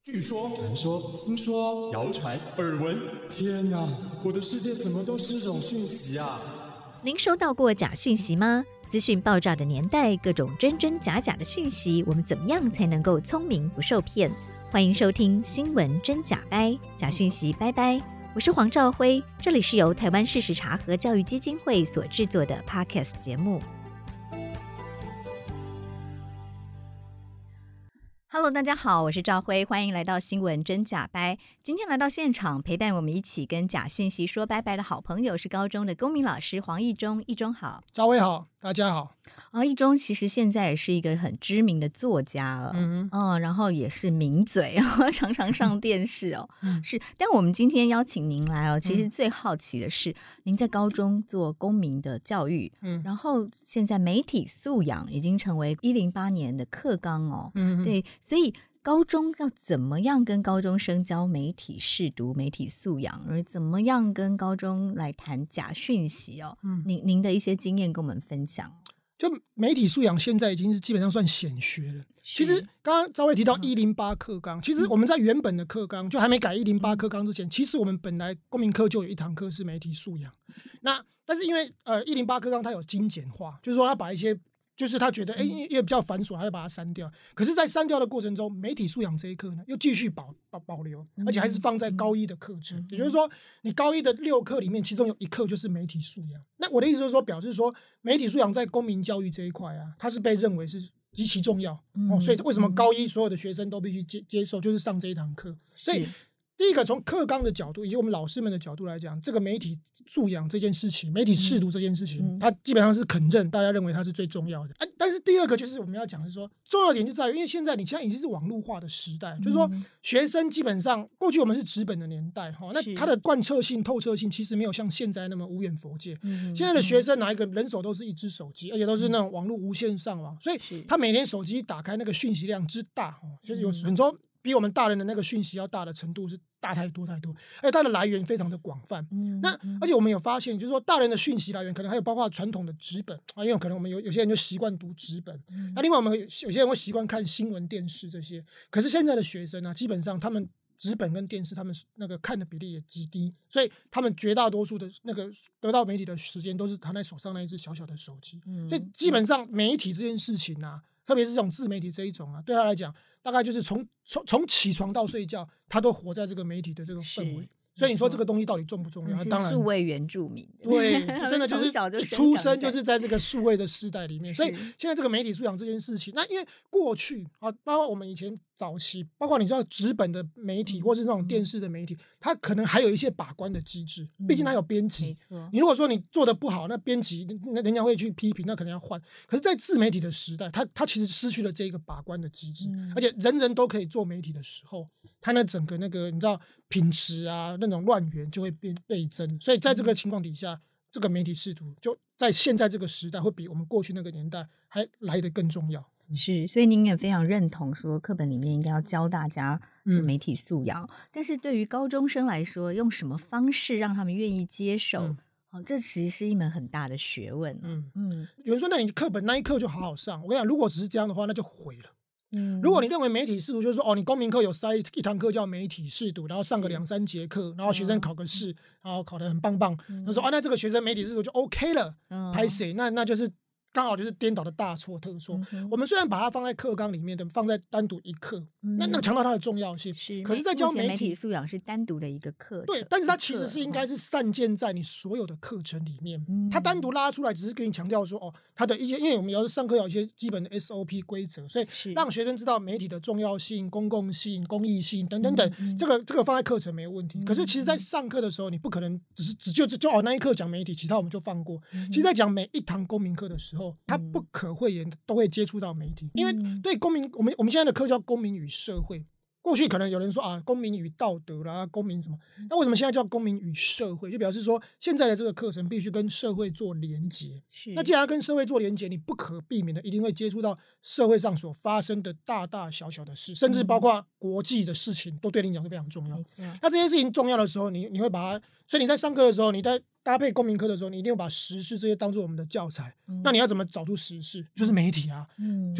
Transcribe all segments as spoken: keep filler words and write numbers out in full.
据说、传说、听说、谣传、耳闻，天哪，我的世界怎么都是这种讯息啊！ 您收到过假讯息吗？资讯爆炸的年代，各种真真假假的讯息，我们怎么样才能够聪明不受骗？欢迎收听新闻真假掰，假讯息拜拜。我是黄兆辉，这里是由台湾事实查核教育基金会所制作的 Podcast 节目。Hello， 大家好，我是兆辉，欢迎来到新闻真假掰。今天来到现场陪伴我们一起跟假讯息说拜拜的好朋友是高中的公民老师黄义中，义中好。 兆辉好，大家好。 啊，义中其实现在也是一个很知名的作家了，嗯嗯，然后也是名嘴哦，常常上电视哦，嗯、是。但我们今天邀请您来哦，其实最好奇的是，嗯、您在高中做公民的教育，嗯，然后现在媒体素养已经成为一零八年的课纲哦，嗯，对，所以高中要怎么样跟高中生教媒体识读、媒体素养，而怎么样跟高中来谈假讯息哦？嗯，您您的一些经验跟我们分享。 就媒体素养现在已经是基本上算显学了。其实刚刚兆辉提到一零八课纲，其实我们在原本的课纲就还没改一零八课纲之前，其实我们本来公民课就有一堂课是媒体素养。那但是因为呃一零八课纲它有精简化，就是说它把一些就是他觉得哎，因为比较繁琐，他就把它删掉。可是，在删掉的过程中，媒体素养这一课呢，又继续保保保留，而且还是放在高一的课程。也就是说，你高一的六课里面，其中有一课就是媒体素养。那我的意思就是说，表示说，媒体素养在公民教育这一块啊，它是被认为是极其重要。哦，所以为什么高一所有的学生都必须接接受，就是上这一堂课。所以。第一个，从课纲的角度以及我们老师们的角度来讲，这个媒体素养这件事情，媒体识读这件事情，嗯、它基本上是肯认，大家认为它是最重要的。啊、但是第二个就是我们要讲的是说，重要点就在于，因为现在你现在已经是网络化的时代，嗯、就是说学生基本上过去我们是纸本的年代哈，那它的贯彻性、透彻性其实没有像现在那么无远弗届。嗯、现在的学生哪一个人手都是一只手机，而且都是那种网络无线上网，所以他每天手机打开那个讯息量之大，就是有很多。比我们大人的那个讯息要大的程度是大太多太多，而且它的来源非常的广泛。嗯、那而且我们有发现，就是说大人的讯息来源可能还有包括传统的纸本啊，因为可能我们有有些人就习惯读纸本，嗯、那另外我们有些人会习惯看新闻电视这些。可是现在的学生呢、啊，基本上他们纸本跟电视他们那个看的比例也极低，所以他们绝大多数的那个得到媒体的时间都是躺在手上那一只小小的手机。嗯、所以基本上媒体这件事情啊，特别是这种自媒体这一种啊，对他来讲。大概就是从从从起床到睡觉，他都活在这个媒体的这个氛围。所以你说这个东西到底重不重要？ 是当然， 数位原住民， 对，真的就是出生就是在这个数位的时代里面。所以现在这个媒体素养这件事情，那因为过去啊，包括我们以前早期，包括你知道纸本的媒体或是那种电视的媒体，它可能还有一些把关的机制，毕竟它有编辑。嗯、你如果说你做的不好，那编辑人家会去批评，那可能要换。可是，在自媒体的时代，它它其实失去了这个把关的机制，嗯、而且人人都可以做媒体的时候，它那整个那个你知道品质啊。那种乱源就会变倍增，所以在这个情况底下，嗯、这个媒体识读就在现在这个时代会比我们过去那个年代还来得更重要。 是，所以您也非常认同说课本里面应该要教大家媒体素养，嗯、但是对于高中生来说，用什么方式让他们愿意接受？嗯哦，这其实是一门很大的学问。嗯嗯，有人说，那你课本那一课就好好上。我跟你讲，如果只是这样的话，那就毁了。嗯，如果你认为媒体识读就是说，哦，你公民课有塞一堂课叫媒体识读，然后上个两三节课，然后学生考个试，然后考得很棒棒，嗯、他说，哦，那这个学生媒体识读就 OK 了，拍谁？那那就是刚好就是颠倒的大错特错。嗯、我们虽然把它放在课纲里面的，放在单独一课，嗯、那那个强调它的重要性。 是， 可是，在教媒体媒体素养是单独的一个课， 对，但是它其实是应该是散见在你所有的课程里面。嗯、它单独拉出来，只是给你强调说，哦，它的一些，因为我们要上课有一些基本的 S O P 规则，所以让学生知道媒体的重要性、公共性、公益性等等等。嗯、这个这个放在课程没有问题。嗯、可是，其实在上课的时候，你不可能只是只就就哦那一课讲媒体，其他我们就放过。嗯、其实，在讲每一堂公民课的时候，它不可讳言都会接触到媒体，因为对公民，我们我们现在的课叫公民与社会。过去可能有人说啊，公民与道德啦，公民什么？那为什么现在叫公民与社会？就表示说，现在的这个课程必须跟社会做连结。那既然要跟社会做连结，你不可避免的一定会接触到社会上所发生的大大小小的事，甚至包括国际的事情，都对你讲是非常重要。那这些事情重要的时候，你你会把它，所以你在上课的时候，你在搭配公民课的时候，你一定要把时事这些当做我们的教材。嗯、那你要怎么找出时事？就是媒体啊，嗯、就是。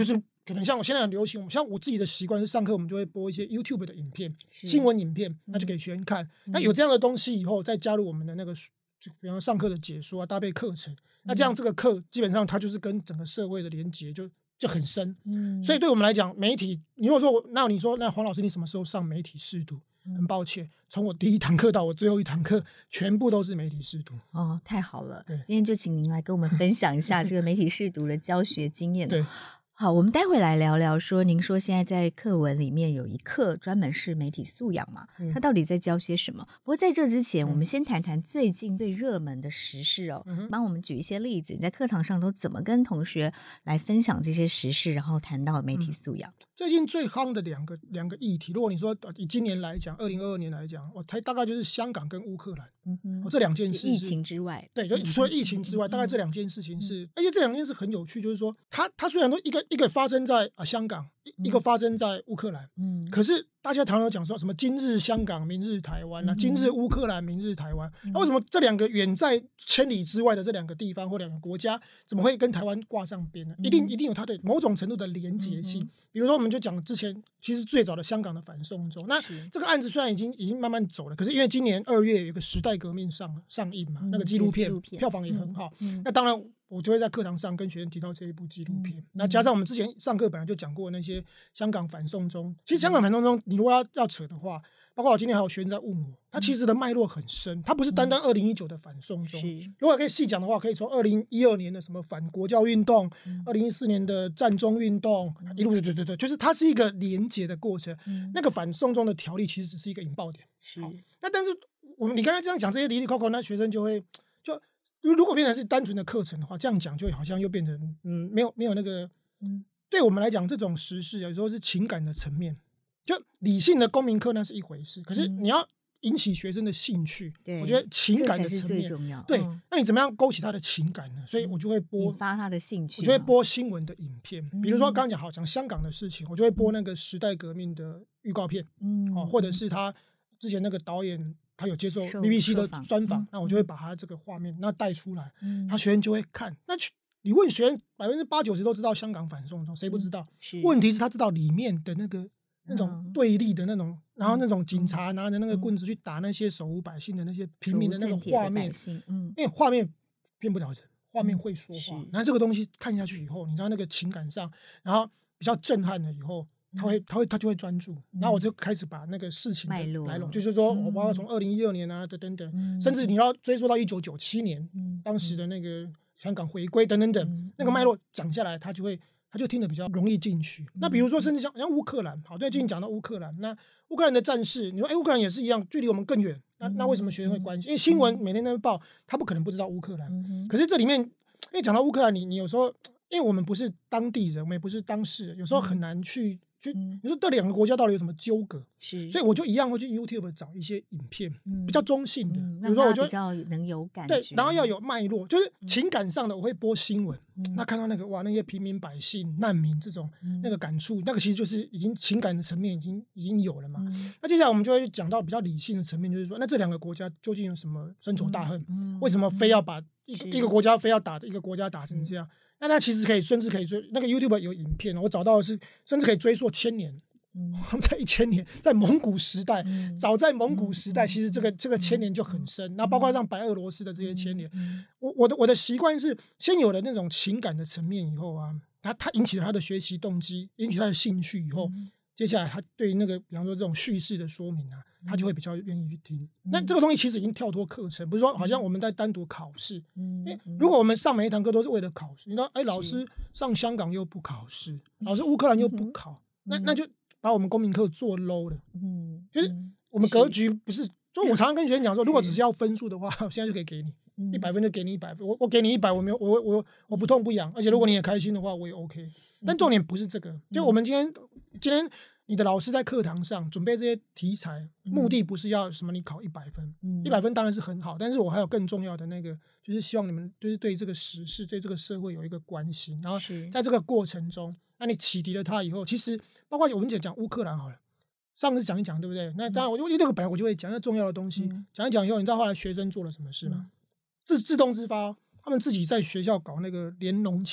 可能像我现在很流行，像我自己的习惯是上课我们就会播一些 YouTube 的影片，新闻影片，那就给学生看。嗯、那有这样的东西以后，再加入我们的那个，就比方上课的解说啊，搭配课程，那这样这个课基本上它就是跟整个社会的连结就就很深。嗯，所以对我们来讲，媒体，你如果说那你说那黄老师你什么时候上媒体识读？很抱歉，从我第一堂课到我最后一堂课，全部都是媒体识读。 哦，太好了！今天就请您来跟我们分享一下这个媒体识读的教学经验。 对。 好，我们待会来聊聊说，您说现在在课文里面有一课专门是媒体素养嘛？嗯、它到底在教些什么？不过在这之前，嗯、我们先谈谈最近最热门的时事哦，嗯、帮我们举一些例子。你在课堂上都怎么跟同学来分享这些时事，然后谈到媒体素养？ 嗯、最近最夯的两个两个议题，如果你说以今年来讲，二零二二年来讲，我才大概就是香港跟乌克兰。嗯哼，哦、这两件事疫情之外， 对，就除了疫情之外，嗯、大概这两件事情是，嗯、而且这两件事很有趣，就是说，它它虽然说一个一个发生在啊香港，嗯、一个发生在乌克兰，嗯，可是大家常常讲说什么今日香港，明日台湾啊，嗯、今日乌克兰，明日台湾，那、嗯、为什么这两个远在千里之外的这两个地方或两个国家，怎么会跟台湾挂上边呢？嗯、一定一定有它的某种程度的连结性。嗯、比如说，我们就讲之前其实最早的香港的反送中，那这个案子虽然已经已经慢慢走了，可是因为今年二月有个时代革命上上映嘛，嗯、那个纪录片票房也很好，嗯嗯、那当然我就会在课堂上跟学生提到这一部纪录片。嗯、那加上我们之前上课本来就讲过那些香港反送中，其实香港反送中你如果要要扯的话，包括我今天还有学生在问我，它其实的脉络很深，它不是单单二零一九的反送中。嗯、如果可以细讲的话，可以从二零一二年的什么反国教运动，二零一四年的战中运动，嗯、一路对对对对，就是它是一个连结的过程。嗯、那个反送中的条例其实只是一个引爆点。是，那但是我们你刚才这样讲这些离离扣扣，那学生就会就如果变成是单纯的课程的话，这样讲就好像又变成嗯没有没有那个嗯，对我们来讲这种时事有时候是情感的层面。就理性的公民课那是一回事，可是你要引起学生的兴趣，嗯、我觉得情感的层面最重要。 对，嗯、那你怎么样勾起他的情感呢？所以我就会播引发他的兴趣， 我就会播新闻的影片，嗯、比如说刚刚讲好讲香港的事情，我就会播那个时代革命的预告片，嗯、哦，或者是他之前那个导演他有接受 B B C 的专访，嗯、那我就会把他这个画面那带出来，嗯、他学生就会看。那你问学生百分之八九十都知道香港反送中，谁不知道？嗯、问题是他知道里面的那个。那种对立的那种，然后那种警察拿着那个棍子去打那些手无百姓的那些平民的那个画面，嗯，因为画面骗不了人，画面会说话。然后这个东西看下去以后，你知道那个情感上，然后比较震撼了以后，他会他会他就会专注。然后我就开始把那个事情的来龙，就是说我包括从二零一二年啊等等等，甚至你要追溯到一九九七年，当时的那个香港回归等等等，那个脉络讲下来，他就会。他就听得比较容易进去。那比如说，甚至像像乌克兰，好，最近讲到乌克兰，那乌克兰的战事，你说，哎，乌克兰也是一样，距离我们更远。那那为什么学生会关心？因为新闻每天在报，他不可能不知道乌克兰。可是这里面，因为讲到乌克兰，你你有时候，因为我们不是当地人，我们也不是当事人，有时候很难去。去，你说这两个国家到底有什么纠葛？是，所以我就一样会去 YouTube 找一些影片，嗯、比较中性的， 嗯、 比如说我就比较能有感觉， 对，然后要有脉络，就是情感上的，我会播新闻，嗯、那看到那个哇，那些平民百姓、难民这种、嗯、那个感触，那个其实就是已经情感的层面已经已经有了嘛。嗯、那接下来我们就会讲到比较理性的层面，就是说，那这两个国家究竟有什么深仇大恨？嗯嗯、为什么非要把一个一个国家非要打一个国家打成这样？那它其实可以，甚至可以追那个 YouTube 有影片，我找到的是，甚至可以追溯千年。我们在一千年，在蒙古时代，嗯、早在蒙古时代，嗯、其实这个这个牵连就很深。然后包括像白俄罗斯的这些牵连，嗯、我我的我的习惯是先有了那种情感的层面以后啊，他他引起了他的学习动机，引起他的兴趣以后，嗯、接下来他对那个比方说这种叙事的说明啊，他就会比较愿意去听。嗯、那这个东西其实已经跳脱课程，不是说好像我们在单独考试。嗯、因为如果我们上每一堂课都是为了考试，你知道，哎，老师上香港又不考试，老师乌克兰又不考，嗯、那那就。把我们公民课做 low 了，嗯，就是我们格局不是，就我常常跟学生讲说，如果只是要分数的话，我现在就可以给你一百分，就给你一百分，我我给你一百，我没有，我我我不痛不痒，而且如果你也开心的话，我也 OK。但重点不是这个，就我们今天今天你的老师在课堂上准备这些题材，目的不是要什么你考一百分，一百分当然是很好，但是我还有更重要的那个，就是希望你们就是对这个时事、对这个社会有一个关心，然后在这个过程中。那你启迪了他以后，其实包括我们讲讲乌克兰好了，上次讲一讲，对不对？那当然，我就这个本来我就会讲那重要的东西，讲、嗯、一讲以后，你知道后来学生做了什么事吗？嗯、自自动自发，他们自己在学校搞那个联农墙，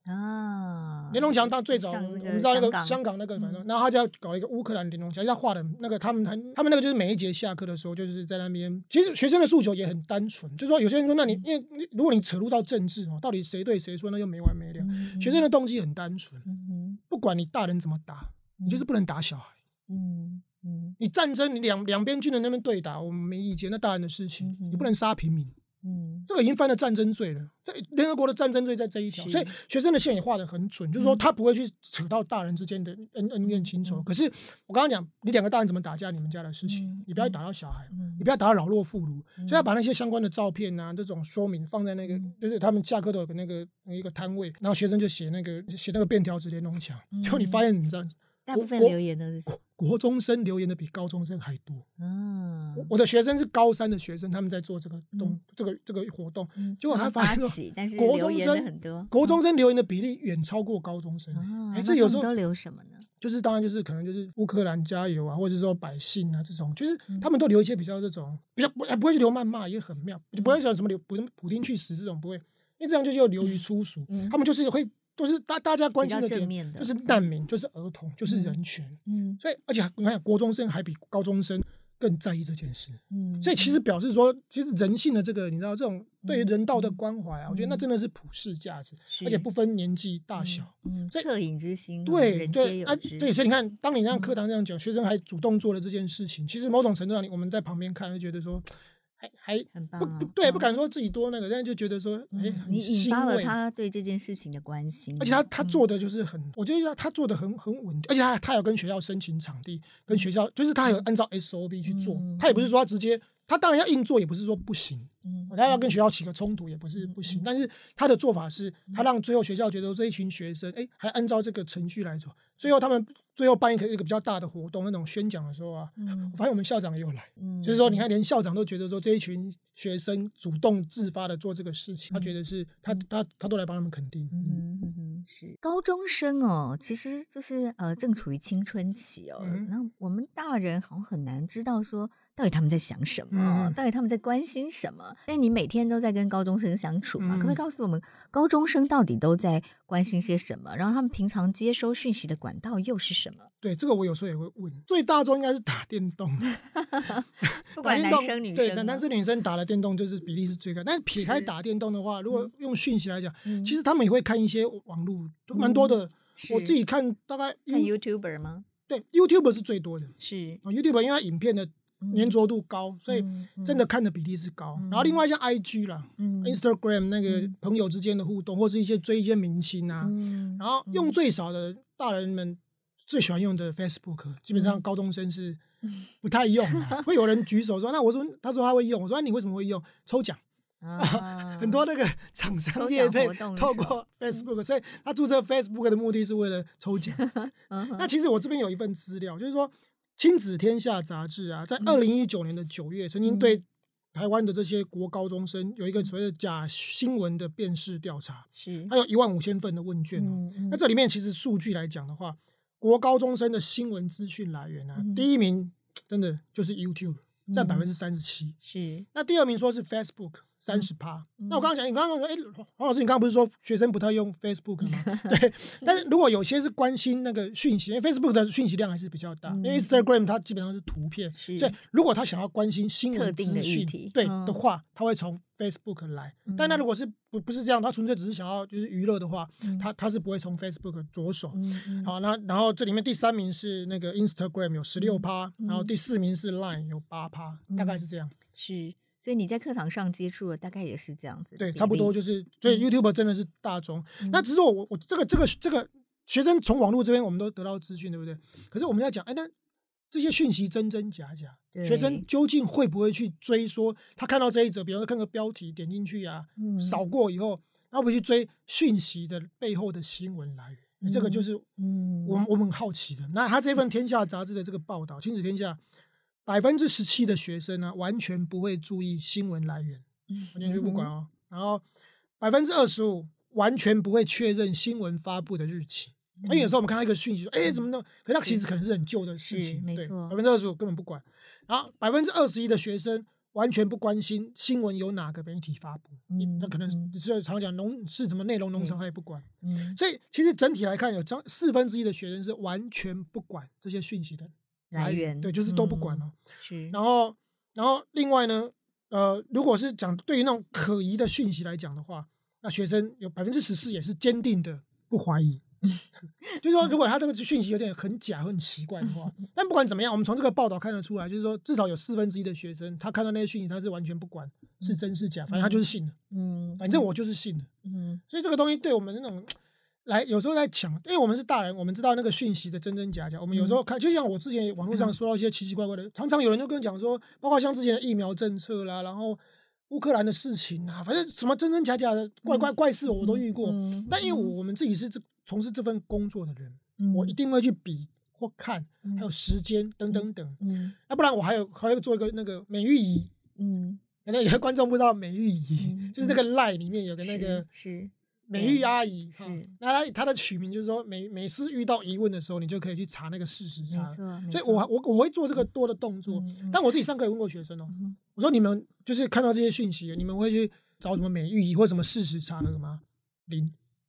啊， 连龙墙他最早我们知道那个香港那个，反正、嗯、然后他就要搞一个乌克兰连龙墙，他画的那个他们他们那个就是每一节下课的时候就是在那边，其实学生的诉求也很单纯，就是说有些人说那你因为如果你扯入到政治哦，到底谁对谁错那就没完没了。嗯、学生的动机很单纯，嗯、不管你大人怎么打，你就是不能打小孩。嗯嗯、你战争你两两边军人那边对打，我们没意见，那大人的事情，嗯、你不能杀平民。嗯，这个已经犯了战争罪了，这联合国的战争罪在这一条，所以学生的线也画得很准，就是说他不会去扯到大人之间的恩恩怨情仇。嗯、可是我刚刚讲，你两个大人怎么打架，你们家的事情，嗯、你不要打到小孩，嗯、你不要打到老弱妇孺。嗯、所以他把那些相关的照片啊，这种说明放在那个，嗯、就是他们下课都有个那个一个摊位，然后学生就写那个写那个便条纸连龙墙，结果、嗯、你发现你知道。 大部分留言都是国, 国中生留言的比高中生还多。嗯，我, 我的学生是高三的学生，他们在做这个动、嗯、这个这个活动，嗯、结果他发现说， 但是留言的很多， 国中生留言的比例远超过高中生。 哦，哎，这有时候都留什么呢？ 就是当然就是可能就是乌克兰加油啊，或者说百姓啊这种，就是他们都留一些比较这种比较不不会去留谩骂，也很妙，不会讲什么留普普丁去死这种不会，因为这样就就流于粗俗。嗯、他们就是会。都是大大家关心的点，就是难民，就是儿童，就是人权。嗯，所以而且你看，国中生还比高中生更在意这件事。嗯，所以其实表示说，其实人性的这个，你知道这种对人道的关怀啊，嗯、我觉得那真的是普世价值，而且不分年纪大小。 嗯，恻隐之心， 对对啊，对，所以你看，当你让课堂这样讲，学生还主动做了这件事情，其实某种程度上，我们在旁边看，就觉得说。还很棒、啊、 不对，不敢说自己多那个，但是就觉得说，哎、嗯， 你引发了他对这件事情的关心， 而且他他做的就是很，嗯、我觉得他做的很很稳，而且他他有跟学校申请场地，跟学校就是他有按照 S O P 去做，嗯、他也不是说他直接，他当然要硬做，也不是说不行，嗯、他要跟学校起个冲突也不是不行，嗯、但是他的做法是，他让最后学校觉得这一群学生，哎，还按照这个程序来走，最后他们。最后办一个一个比较大的活动，那种宣讲的时候啊，嗯、我发现我们校长也有来，嗯、就是说你看，连校长都觉得说这一群学生主动自发的做这个事情，嗯、他觉得是他他他都来帮他们肯定。 嗯嗯嗯，是高中生哦，其实就是呃正处于青春期哦，嗯、然后我们大人好像很难知道说到底他们在想什么，嗯、到底他们在关心什么。但你每天都在跟高中生相处嘛，嗯、可不可以告诉我们高中生到底都在关心些什么？然后他们平常接收讯息的管道又是什么？ 对，这个我有时候也会问。最大众应该是打电动， 不管男生女生， 对，男生女生打的电动就是比例是最高。但是撇开打电动的话，如果用讯息来讲，嗯、其实他们也会看一些网络，蛮多的。嗯、我自己看大概看 YouTuber 吗？ 对 ，YouTuber 是最多的。 是、 哦、YouTuber 因为它影片的粘着度高，所以真的看的比例是高。嗯、然后另外像 I G 啦、嗯、Instagram 那个朋友之间的互动，或是一些追一些明星啊。嗯、然后用最少的大人们最喜欢用的 Facebook， 基本上高中生是不太用啊。会有人举手说，那我说他说他会用，我说、啊、你为什么会用？抽奖。啊、很多那个厂商业配透过 Facebook， 所以他注册 Facebook 的目的是为了抽奖。那其实我这边有一份资料，就是说亲子天下杂志啊，在二零一九年的九月，曾经对台湾的这些国高中生有一个所谓的假新闻的辨识调查，是它有一万五千份的问卷、哦嗯嗯、那这里面其实数据来讲的话，国高中生的新闻资讯来源啊，嗯、第一名真的就是 YouTube， 占百分之三十七，是。那第二名说是 Facebook。三十趴，那我刚刚讲，你刚刚说，哎、欸，黄老师，你刚刚不是说学生不太用 Facebook 吗？对，但是如果有些是关心那个讯息，因为 Facebook 的讯息量还是比较大，嗯、因为 Instagram 它基本上是图片，是所以如果他想要关心新闻资讯，对、嗯、的话，他会从 Facebook 来。嗯、但他如果是不不是这样，他纯粹只是想要就是娱乐的话，嗯、他他是不会从 Facebook 着手。嗯嗯、好，那然后这里面第三名是那个 Instagram 有十六趴，然后第四名是 Line 有八趴，嗯、大概是这样。 是。所以你在课堂上接触的大概也是这样子， 对，差不多就是，所以 YouTube 真的是大众。嗯、那只是我我这个这个这个学生从网络这边我们都得到资讯，对不对？可是我们要讲，哎，那这些讯息真真假假，学生究竟会不会去追？说他看到这一则，比方说看个标题点进去啊，嗯、扫过以后，他会不会去追讯息的背后的新闻来源？嗯、这个就是我们我们很好奇的。那他这份《天下》杂志的这个报道，《亲子天下》。百分之十七的学生呢、啊，完全不会注意新闻来源，完全就不管哦。然后百分之二十五完全不会确认新闻发布的日期。因为有时候我们看到一个讯息说，哎、欸，怎么弄？可是它其实可能是很旧的事情， 没错。 百分之二十五根本不管。然后百分之二十一的学生完全不关心新闻由哪个媒体发布，嗯，那可能是常讲农是什么内容农场他也不管，嗯，所以其实整体来看，有四分之一的学生是完全不管这些讯息的来源， 对，就是都不管哦。 嗯、是， 然后然后另外呢，呃，如果是讲对于那种可疑的讯息来讲的话，那学生有百分之十四也是坚定的不怀疑。就是说，如果他这个讯息有点很假、很奇怪的话，但不管怎么样，我们从这个报道看得出来，就是说，至少有四分之一的学生，他看到那些讯息，他是完全不管是真是假，反正他就是信了。嗯，反正我就是信了。嗯，所以这个东西对我们那种来有时候在抢，因为我们是大人，我们知道那个讯息的真真假假。我们有时候看，就像我之前网络上说到一些奇奇怪怪的，常常有人就跟我讲说，包括像之前的疫苗政策啦，然后乌克兰的事情啊，反正什么真真假假的怪怪怪事我都遇过。嗯、但因为我我们自己是这。从事这份工作的人，嗯、我一定会去比或看，嗯、还有时间等等等。嗯，要不然我还有还要做一个那个美玉仪。嗯，可能有些观众不知道美玉仪，嗯、就是那个 LINE 里面有个那个是美玉阿姨。 是， 那它它的取名就是说，每每次遇到疑问的时候，你就可以去查那个事实差。所以我我我会做这个多的动作。嗯、但我自己上课也问过学生哦，嗯、我说你们就是看到这些讯息，你们会去找什么美玉仪或什么事实差那个吗？零。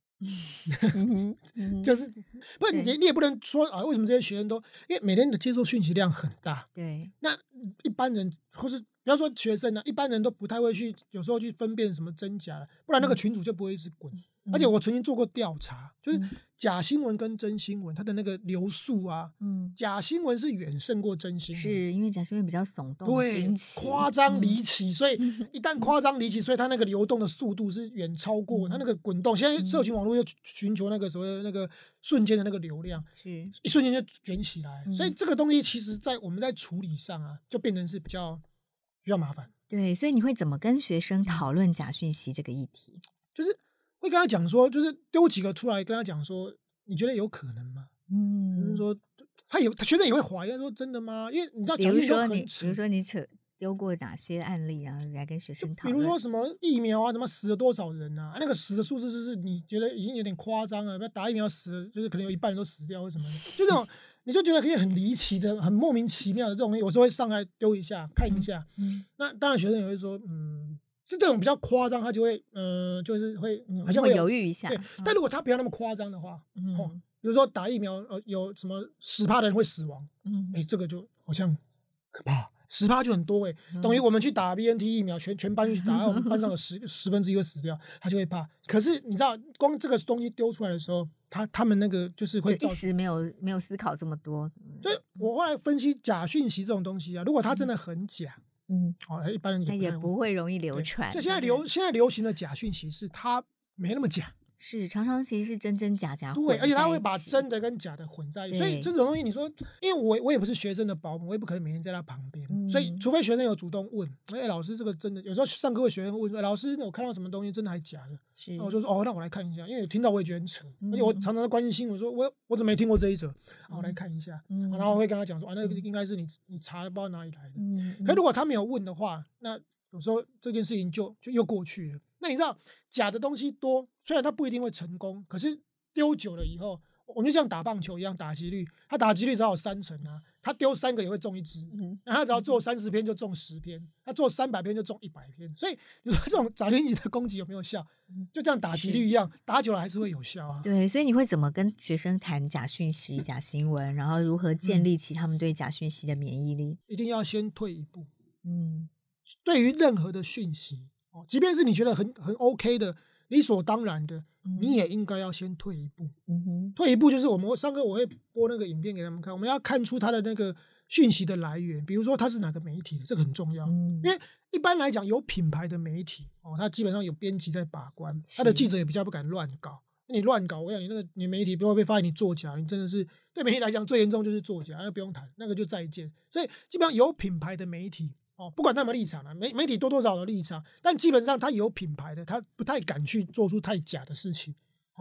就是不是你，你也不能说啊，为什么这些学生都因为每天的接受讯息量很大， 对， 那一般人或是不要说学生啊，一般人都不太会去，有时候去分辨什么真假，不然那个群组就不会一直滚。嗯、而且我曾经做过调查，就是假新闻跟真新闻，它的那个流速啊，嗯，假新闻是远胜过真新闻， 是因为假新闻比较耸动、 对，夸张离奇，嗯、所以一旦夸张离奇，所以它那个流动的速度是远超过、嗯、它那个滚动。现在社群网络又寻求那个所谓的那个瞬间的那个流量，是一瞬间就卷起来，嗯、所以这个东西其实在我们在处理上啊，就变成是比较比较麻烦。 对，所以你会怎么跟学生讨论假讯息这个议题？ 就是会跟他讲说，就是丢几个出来跟他讲说，你觉得有可能吗？嗯，就是说他有，他学生也会怀疑，说真的吗？因为你知道， 比如说你，比如说你扯丢过哪些案例啊，来跟学生讨论？ 比如说什么疫苗啊，什么死了多少人啊？那个死的数字就是你觉得已经有点夸张了，不要打疫苗死了，就是可能有一半人都死掉或什么的，就这种。你就觉得可以很离奇的、很莫名其妙的这种，有时候会上来丢一下、看一下。嗯，那当然学生也会说，嗯，是这种比较夸张，他就会，呃，就是会，好像会犹豫一下。 对，但如果他不要那么夸张的话，嗯，哦，比如说打疫苗，呃，有什么十趴的人会死亡，嗯，哎，这个就好像可怕。十趴就很多哎、欸，等于我们去打 B N T 疫苗，全全班去打，我们班上有十十分之一会死掉，他就会怕。可是你知道，光这个东西丢出来的时候，他他们那个就是会就一时没有没有思考这么多。 所以我后来分析假讯息这种东西啊，如果它真的很假，嗯，好、哦，一般人也 不, 也不会容易流传。 所以现在流现在流行的假讯息是它没那么假。 是常常其实是真真假假混在一起， 对，而且他会把真的跟假的混在一起，所以这种东西你说，因为我我也不是学生的保姆，我也不可能每天在他旁边，嗯、所以除非学生有主动问，哎、欸，老师这个真的，有时候上课会学生问说，欸、老师我看到什么东西真的还假的？是，那我就说哦，那我来看一下，因为有听到我也觉得很扯，嗯、而且我常常在关心新闻，说我我怎么没听过这一则？啊，我来看一下，嗯、然后我会跟他讲说啊，那个应该是你你查不知道哪里来的。嗯、可如果他没有问的话，那有时候这件事情就就又过去了。那你知道假的东西多，虽然它不一定会成功，可是丢久了以后，我们就像打棒球一样，打击率，他打击率只要有三成啊，他丢三个也会中一支，嗯、然后他只要做三十篇就中十篇，他做三百篇就中一百篇。所以你说这种假讯息的攻击有没有效？就像打击率一样，打久了还是会有效啊。 对，所以你会怎么跟学生谈假讯息、假新闻，然后如何建立起他们对假讯息的免疫力？ 一定要先退一步。嗯，对于任何的讯息。即便是你觉得很很 OK 的，理所当然的，嗯、你也应该要先退一步。嗯哼，退一步就是我们上课我会播那个影片给他们看，我们要看出它的那个讯息的来源，比如说它是哪个媒体的，这个很重要。嗯、因为一般来讲，有品牌的媒体哦，它基本上有编辑在把关，他的记者也比较不敢乱搞。你乱搞，我想你那个你媒体不会被发现你作假，你真的是对媒体来讲最严重就是作假，那不用谈，那个就再见。所以基本上有品牌的媒体。哦，不管他们立场啊，媒媒体多多少少的立场，但基本上他有品牌的，他不太敢去做出太假的事情。哦，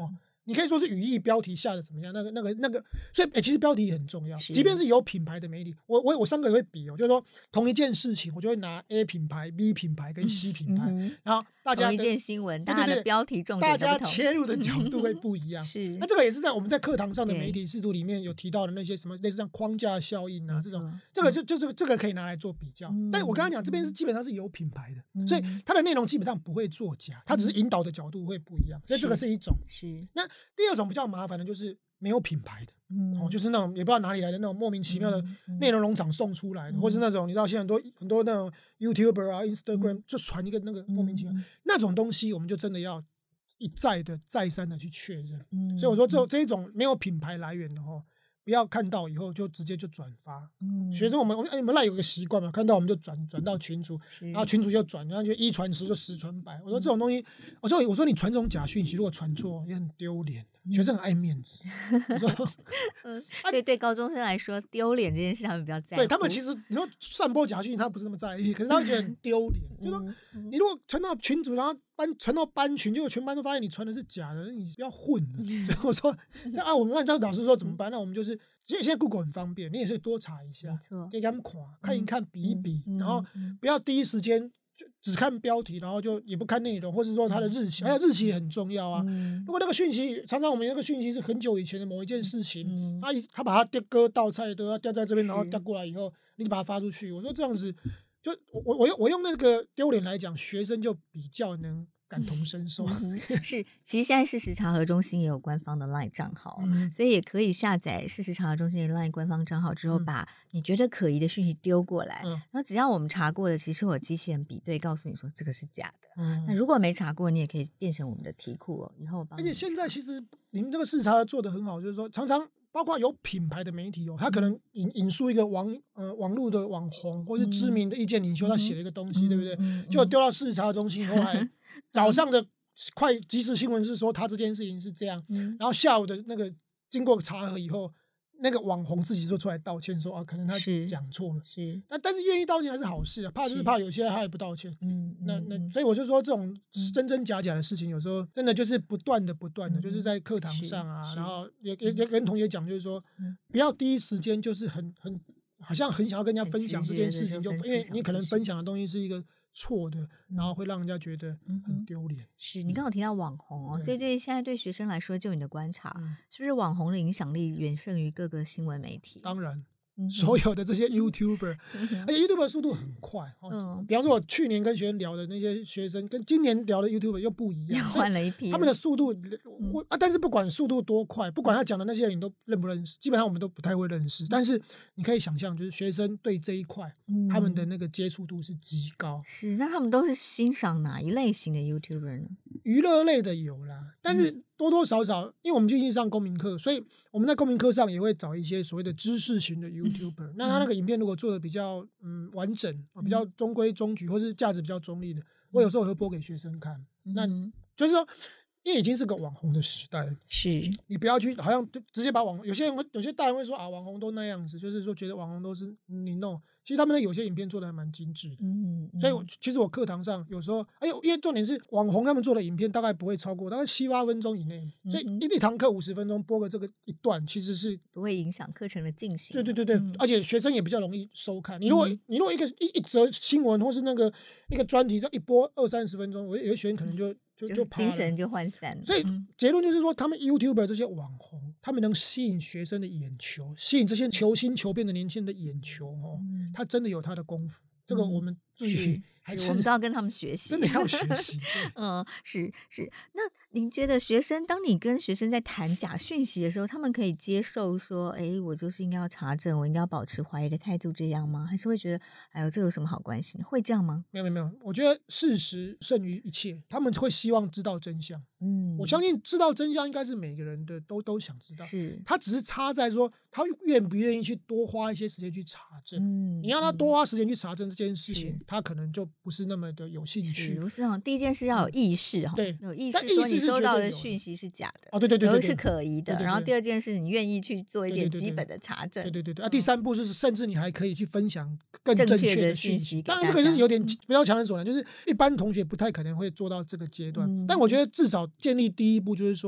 你可以说是语义标题下的怎么样，那个那个那个，所以、欸、其实标题很重要。即便是有品牌的媒体，我我我三个也会比哦，就是说同一件事情，我就会拿 A 品牌、B 品牌跟 C 品牌，嗯、然后大家同一件新闻，大家的标题重点都不同， 大家切入的角度会不一样。 是， 那这个也是在我们在课堂上的媒体视图里面有提到的那些什么类似像框架效应啊这种，这个就就这个这个可以拿来做比较。嗯、但是我刚刚讲这边是基本上是有品牌的，嗯、所以它的内容基本上不会作假，它只是引导的角度会不一样。所以这个是一种。 是。 那第二种比较麻烦的就是没有品牌的，嗯哦、就是那种也不知道哪里来的那种莫名其妙的内容农场送出来的，嗯、或是那种你知道现在很多很多那种 YouTuber 啊 Instagram、嗯、就传一个那个莫名其妙、嗯、那种东西，我们就真的要一再的再三的去确认。嗯、所以我说这这一种没有品牌来源的哈，不要看到以后就直接就转发。嗯、学生我们我们我们赖有个习惯嘛，看到我们就转转到群组，然后群组就转，然后就一传十就十传百。我说这种东西，我说我说你传这种假讯息，如果传错也很丢脸。学生很爱面子，我说嗯，所以对高中生来说，丢脸这件事他们比较在乎。 对他们其实你说散播假讯息，他不是那么在意，可是他会觉得很丢脸。就说你如果传到群组，然后班传到班群，结果全班都发现你传的是假的，你不要混了。所以我说啊，我们按照老师说怎么办？那我们就是现在现在 Google 很方便，你也是多查一下，可以给他们看看一看，比一比，然后不要第一时间。就只看标题，然后就也不看内容，或者说它的日期，还有日期也很重要啊。嗯、如果那个讯息，常常我们那个讯息是很久以前的某一件事情，嗯、他他把它丢搁倒菜都要掉在这边，然后掉过来以后，你把它发出去。我说这样子，就我我用我用那个丢脸来讲，学生就比较能感同身受。 嗯、是，其实现在事实查核中心也有官方的 LINE 账号，嗯、所以也可以下载事实查核中心的 LINE 官方账号之后，把你觉得可疑的讯息丢过来，嗯、然后只要我们查过了，其实我机器人比对告诉你说这个是假的。嗯、那如果没查过，你也可以变成我们的题库哦，以后帮你。 而且现在其实你们这个事实查核做得很好，就是说常常。包括有品牌的媒体哦，他可能引引述一个网呃网络的网红或是知名的意见领袖，嗯、他写了一个东西，嗯、对不对？嗯、结果丢到事实查核中心以后，还早上的快即时新闻是说他这件事情是这样，嗯、然后下午的那个经过查核以后，那个网红自己就出来道歉说啊，可能他讲错了。 是， 那但是愿意道歉还是好事啊，怕就是怕有些他也不道歉。嗯，那那所以我就说这种真真假假的事情，有时候真的就是不断的不断的，嗯、就是在课堂上啊，然后也也也跟同学讲，就是说、嗯、不要第一时间就是很很好像很想要跟人家分享这件事情，就因为你可能分享的东西是一个错的，然后会让人家觉得很丢脸。 嗯、是你刚好提到网红哦，所以对现在对学生来说，就你的观察，嗯、是不是网红的影响力远胜于各个新闻媒体？ 当然。所有的这些 YouTuber，、嗯、而且 YouTuber 速度很快、哦嗯、比方说我去年跟学生聊的那些学生，跟今年聊的 YouTuber 又不一样， 换了一批， 他们的速度，我、嗯啊、但是不管速度多快，不管他讲的那些人你都认不认识，基本上我们都不太会认识。但是你可以想象，就是学生对这一块、嗯、他们的那个接触度是极高。 是，那他们都是欣赏哪一类型的 YouTuber 呢？ 娱乐类的有啦，但是多多少少，因为我们最近上公民课，所以我们在公民课上也会找一些所谓的知识型的 YouTuber、嗯。那他那个影片如果做的比较嗯完整，比较中规中矩，或是价值比较中立的，我有时候会播给学生看。嗯、那就是说，因为已经是个网红的时代了， 是你不要去好像直接把网有些人会有些大人会说啊，网红都那样子，就是说觉得网红都是你弄。其实他们的有些影片做的还蛮精致的，嗯嗯、所以我其实我课堂上有时候，哎呦，因为重点是网红他们做的影片大概不会超过大概七八分钟以内，嗯、所以一一堂课五十分钟播个这个一段，其实是不会影响课程的进行。 对对对对，嗯、而且学生也比较容易收看。你如果、嗯、你如果一个一一则新闻或是那个一个专题，这一播二三十分钟，我有些学生可能就就就精神就涣散了。 所以结论就是说，他们 YouTuber 这些网红，他们能吸引学生的眼球，吸引这些求新求变的年轻人的眼球哦。嗯、他真的有他的功夫，这个我们自己还是我们都要跟他们学习， 真的要学习。 嗯，是是。那您觉得学生，当你跟学生在谈假讯息的时候，他们可以接受说，哎，我就是应该要查证，我应该要保持怀疑的态度，这样吗？还是会觉得，哎呦，这有什么好关系呢？会这样吗？ 没有没有没有，我觉得事实胜于一切，他们会希望知道真相。嗯，我相信知道真相应该是每个人的都都想知道，是他只是差在说他愿不愿意去多花一些时间去查证。嗯，你让他多花时间去查证这件事情，他可能就不是那么的有兴趣。 不是哦，第一件事要有意识哈， 对， 有意识说你收到的讯息是假的， 哦，对对对对， 是可疑的。然后第二件事，你愿意去做一点基本的查证。 对对对对，啊，第三步是甚至你还可以去分享更正确的讯息。当然这个就是有点比较强人所难，就是一般同学不太可能会做到这个阶段。但我觉得至少建立第一步就是说，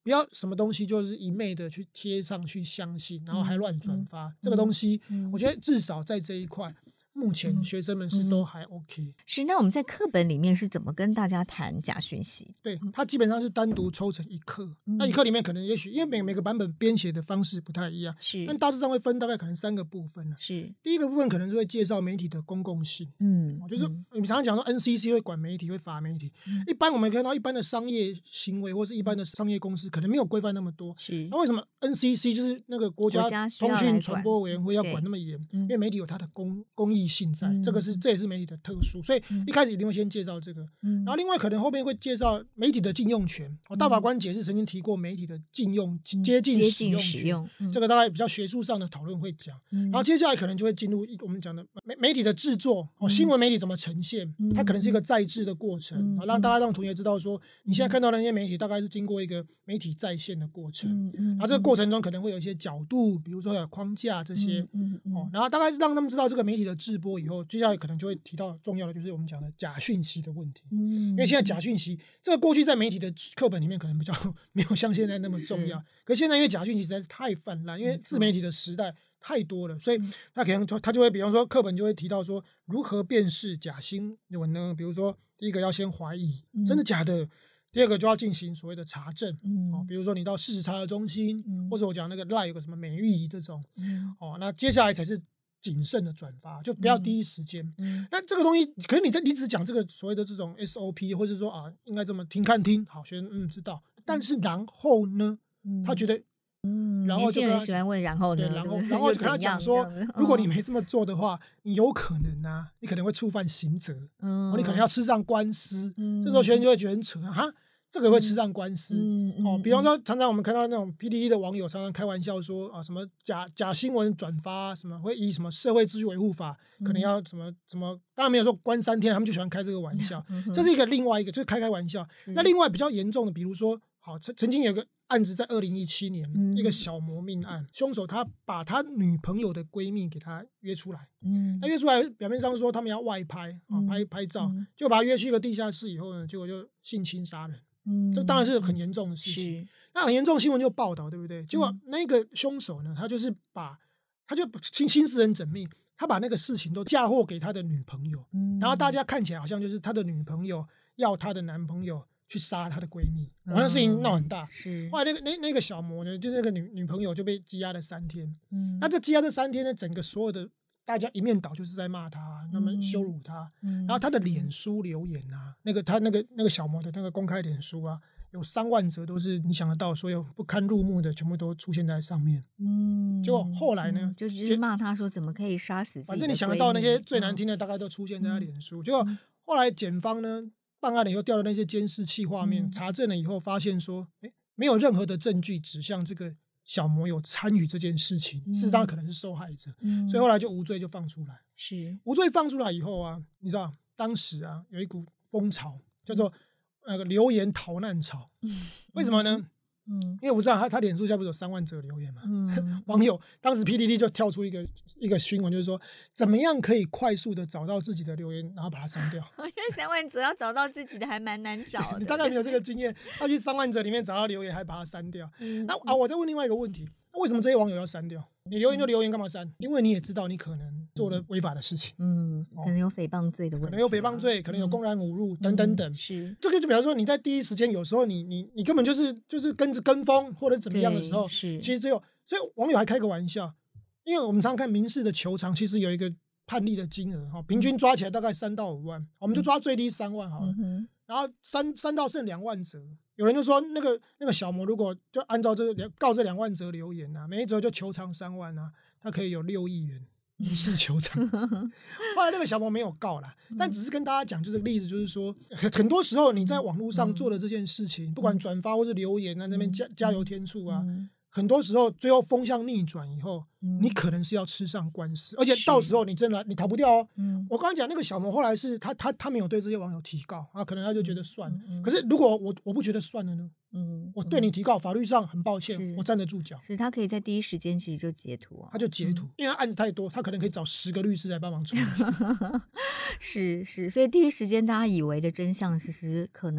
不要什么东西就是一昧的去贴上去相信，然后还乱转发、嗯、这个东西、嗯、我觉得至少在这一块目前学生们是都还 OK、嗯、 是。那我们在课本里面是怎么跟大家谈假讯息？ 对，它基本上是单独抽成一课、嗯、那一课里面可能也许因为每每个版本编写的方式不太一样，是，但大致上会分大概可能三个部分、啊、是。第一个部分可能是会介绍媒体的公共性，嗯，就是你常常讲说 N C C 会管媒体会罚媒体、嗯、一般我们看到一般的商业行为或是一般的商业公司可能没有规范那么多，是。那为什么 N C C 就是那个国家通讯传播委员会要管那么严、嗯、因为媒体有它的公公益性在、嗯、这个是这也是媒体的特殊，所以一开始一定会先介绍这个、嗯、然后另外可能后面会介绍媒体的禁用权、哦、大法官解释曾经提过媒体的禁用、嗯、接近使用权、用嗯、这个大概比较学术上的讨论会讲、嗯、然后接下来可能就会进入我们讲的媒媒体的制作、哦、新闻媒体怎么呈现、嗯、它可能是一个再制的过程、嗯、让大家让同学知道说你现在看到的那些媒体大概是经过一个媒体再现的过程、嗯、然后这个过程中可能会有一些角度，比如说有框架这些、嗯嗯哦、然后大概让他们知道这个媒体的制播以后，接下来可能就会提到重要的就是我们讲的假讯息的问题、嗯、因为现在假讯息这个过去在媒体的课本里面可能比较没有像现在那么重要，可是现在因为假讯息实在是太泛滥，因为自媒体的时代太多了，所以他可能他就会比方说课本就会提到说如何辨识假新闻呢？比如说第一个要先怀疑、嗯、真的假的，第二个就要进行所谓的查证、嗯哦、比如说你到事实查核中心、嗯、或者我讲那个 Line 有个什么美玉仪这种、嗯哦、那接下来才是谨慎的转发，就不要第一时间、嗯、那这个东西可是你你只讲这个所谓的这种 S O P 或者说啊应该这么听看听好学生嗯知道，但是然后呢、嗯、他觉得嗯，然后就年轻人喜欢问然后呢， 对，然后然后就跟他讲说，如果你没这么做的话，你有可能啊，你可能会触犯刑责，嗯，你可能要吃上官司，嗯，这时候学生就会觉得很扯哈，这个会吃上官司，嗯嗯、哦，比方说常常我们看到那种 P D D 的网友常常开玩笑说啊，什么假假新闻转发，什么会以什么社会秩序维护法，可能要什么什么，当然没有说关三天，他们就喜欢开这个玩笑，嗯、这是一个另外一个就是开开玩笑。那另外比较严重的，比如说。好，曾曾经有个案子在二零一七年、嗯、一个小模命案，凶手他把他女朋友的闺蜜给他约出来，嗯，他约出来表面上说他们要外拍、嗯、啊，拍拍照、嗯，就把他约去一个地下室以后呢，结果就性侵杀人，嗯，这当然是很严重的事情，那很严重的新闻就报道，对不对？结果那个凶手呢，他就是把他就心心思很缜密，他把那个事情都嫁祸给他的女朋友，嗯，然后大家看起来好像就是他的女朋友要他的男朋友去杀她的闺蜜，完了事情闹很大。是，后来那个那那个小模呢，就那个女女朋友就被羁押了三天。嗯，那这羁押这三天呢，整个所有的大家一面倒就是在骂他，那么羞辱他。嗯，然后他的脸书留言啊，那个他那个那个小模的那个公开脸书啊，有三万则都是你想得到所有不堪入目的，全部都出现在上面。嗯，结果后来呢， 嗯、就是骂他说怎么可以杀死自己的闺蜜， 反正你想得到那些最难听的，大概都出现在他脸书。嗯、结果后来检方呢？办案了以后调了那些监视器画面、嗯、查证了以后发现说诶没有任何的证据指向这个小模有参与这件事情、嗯、事实上可能是受害者、嗯、所以后来就无罪就放出来。是无罪放出来以后啊，你知道当时啊有一股风潮叫做那个留言逃难潮、嗯、为什么呢？嗯，因为我知道他他脸书下不是有三万则留言嘛，嗯，网友当时 P D D 就跳出一个一个新闻，就是说怎么样可以快速的找到自己的留言，然后把它删掉。 因为三万则要找到自己的还蛮难找的， 你大概没有这个经验，要去三万则里面找到留言还把它删掉。嗯，那啊，我再问另外一个问题，为什么这些网友要删掉？你留言就留言干嘛删？因为你也知道你可能做了违法的事情，嗯， 可能有诽谤罪的问题、啊， 可能有诽谤罪，可能有公然侮辱、嗯、等等等。是这个就表示说你在第一时间有时候你你你根本就是就是跟着跟风或者怎么样的时候，是其实只有所以网友还开个玩笑，因为我们常常看民事的求偿，其实有一个判例的金额哈，平均抓起来大概三到五万，我们就抓最低三万好了，嗯、然后三三到剩两万则。有人就说那个那个小模如果就按照这个告这两万则留言啊，每一则就求偿三万啊，他可以有六亿元民事求偿。后来那个小模没有告啦，但只是跟大家讲，就是例子，就是说很多时候你在网络上做的这件事情，不管转发或是留言啊，那边加加油添醋啊。很多时候最后风向逆转以后、嗯、你可能是要吃上官司，而且到时候你真的你逃不掉哦、嗯、我刚刚讲那个小模后来是他他他没有对这些网友提告啊，可能他就觉得算了、嗯嗯、可是如果我我不觉得算了呢，嗯，我对你提告，法律上很抱歉，我站得住脚。是他可以在第一时间其实就截图、啊、 他就截图、嗯、因为他案子太多，他可能可以找十个律师来帮忙处理。 是是，所以第一时间大家以为的真相，其实可能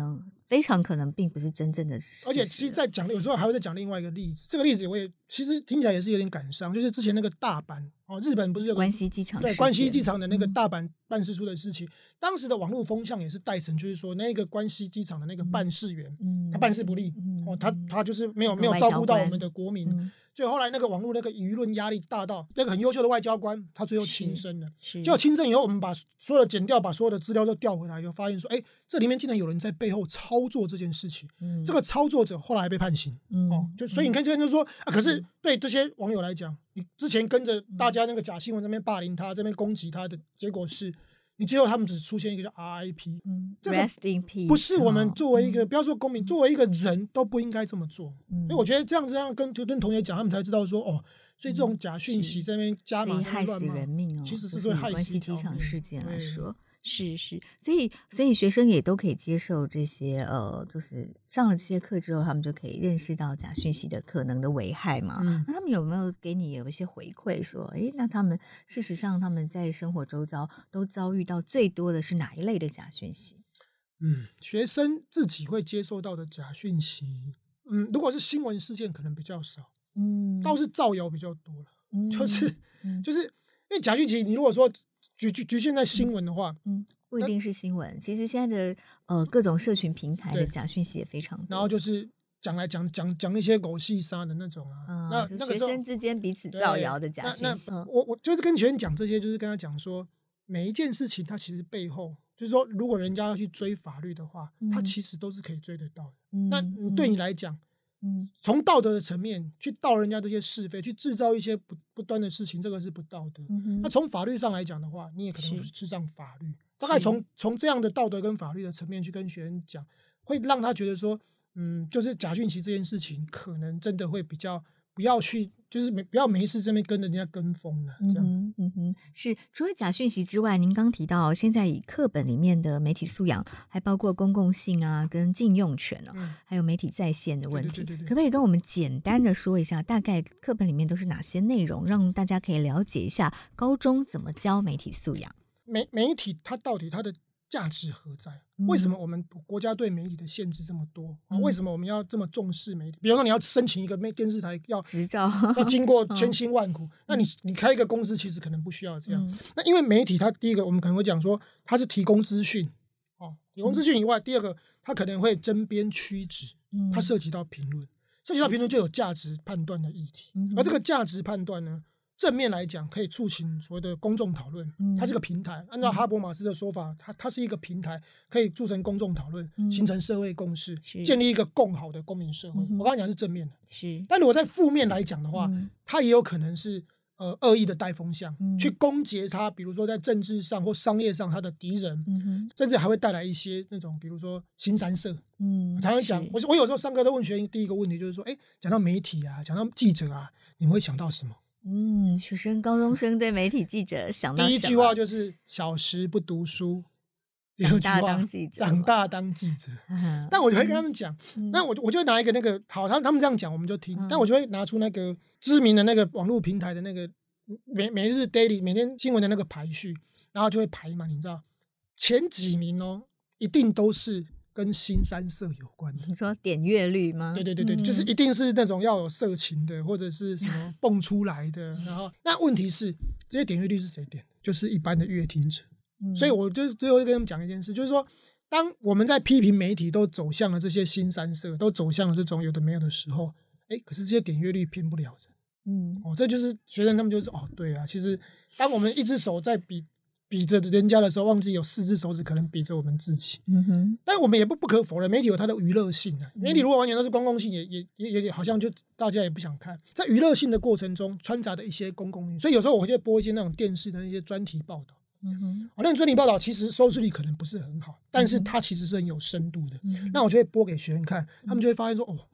非常可能并不是真正的事实。 而且其实在讲有时候还会再讲另外一个例子，这个例子我也其实听起来也是有点感伤，就是之前那个大阪哦，日本不是有关西机场对关西机场的那个大阪办事处的事情，嗯、当时的网络风向也是带成就是说那个关西机场的那个办事员，嗯、他办事不力，嗯、哦，他他就是没有没有照顾到我们的国民。嗯，所以后来那个网络那个舆论压力大到那个很优秀的外交官他最后轻生了，结果轻生以后我们把所有的剪掉，把所有的资料都调回来，就发现说，哎，这里面竟然有人在背后操作这件事情，嗯、这个操作者后来还被判刑，嗯、哦，就所以你看，就是说啊，可是对这些网友来讲，你之前跟着大家那个假新闻这边霸凌他，这边攻击他的结果是。你最后他们只出现一个叫 R I P， 嗯，这个 Rest in peace， 不是我们作为一个、哦、不要说公民，作为一个人都不应该这么做。嗯，所以我觉得这样子让跟跟同学讲，他们才知道说哦，所以这种假讯息在那边加码害死人命哦， 其实是会害死关系机场事件来说。是是，所以所以学生也都可以接受这些呃，就是上了这些课之后，他们就可以认识到假讯息的可能的危害嘛。嗯、那他们有没有给你有一些回馈说，哎，那他们事实上他们在生活周遭都遭遇到最多的是哪一类的假讯息？ 嗯，学生自己会接受到的假讯息，嗯，如果是新闻事件可能比较少，嗯，倒是造谣比较多了，嗯、就是、嗯、就是因为假讯息，你如果说。局局局限在新闻的话， 嗯，不一定是新闻。其实现在的呃各种社群平台的假讯息也非常多。 然后就是讲来讲讲讲一些狗戏杀的那种啊， 嗯、那那个学生之间彼此造谣的假讯息。 我我就是跟学生讲这些，就是跟他讲说，每一件事情它其实背后，就是说，如果人家要去追法律的话，嗯、它其实都是可以追得到的。嗯、那对你来讲。嗯，从道德的层面去道人家这些是非，去制造一些不不端的事情，这个是不道德。嗯、那从法律上来讲的话，你也可能吃上法律。大概从从这样的道德跟法律的层面去跟学生讲，会让他觉得说，嗯，就是假讯息这件事情，可能真的会比较不要去，就是没不要没事这边跟人家跟风了。这样， 嗯嗯哼，是除了假讯息之外，您刚提到现在以课本里面的媒体素养，还包括公共性啊，跟禁用权哦，嗯、还有媒体在线的问题， 对对对对对， 可不可以跟我们简单的说一下，大概课本里面都是哪些内容，让大家可以了解一下高中怎么教媒体素养？ 媒媒体它到底它的价值何在？为什么我们国家对媒体的限制这么多？嗯、为什么我们要这么重视媒体？比如说你要申请一个电视台要执照， 要经过千辛万苦，嗯、那你你开一个公司其实可能不需要这样。嗯、那因为媒体它第一个我们可能会讲说它是提供资讯，哦，提供资讯以外，嗯、第二个它可能会针砭曲直，嗯、它涉及到评论，涉及到评论就有价值判断的议题，嗯、而这个价值判断呢？正面来讲，可以促进所谓的公众讨论，嗯、它是个平台。按照哈伯马斯的说法，它它是一个平台，可以促成公众讨论，嗯、形成社会共识，建立一个共好的公民社会。嗯、我刚才讲是正面的，是。但如果在负面来讲的话，嗯、它也有可能是呃恶意的带风向，嗯、去攻击它，比如说在政治上或商业上它的敌人，嗯、甚至还会带来一些那种，比如说新三色。嗯，常常讲，我我有时候上课都问学生第一个问题就是说，哎，讲到媒体啊，讲到记者啊，你们会想到什么？ 嗯，学生高中生对媒体记者想到什么？ 第一句话就是小时不读书，第二句话长大当记者， 长大当记者。嗯、但我就会跟他们讲，嗯、那我我就会拿一个那个好，他们他们这样讲我们就听，嗯、但我就会拿出那个知名的那个网络平台的那个每每日 daily 每天新闻的那个排序，然后就会排嘛，你知道前几名哦，一定都是。跟新三色有关的， 你说点阅率吗？ 对对对对，嗯、就是一定是那种要有色情的，或者是什么蹦出来的。然后，那问题是这些点阅率是谁点的？就是一般的阅听者。嗯、所以我就最后跟他们讲一件事，就是说，当我们在批评媒体都走向了这些新三色，都走向了这种有的没有的时候，哎，可是这些点阅率骗不了人。嗯，哦，这就是学生他们就是哦，对啊，其实当我们一只手在比。比着人家的时候，忘记有四只手指可能比着我们自己。嗯哼，但我们也不不可否认，媒体有它的娱乐性啊。媒体如果完全都是公共性，也也也也好像就大家也不想看。在娱乐性的过程中，穿杂的一些公共性，所以有时候我会播一些那种电视的那些专题报道。嗯哼，哦，那种专题报道其实收视率可能不是很好，但是它其实是很有深度的。嗯、那我就会播给学生看，他们就会发现说，哦，哎呦，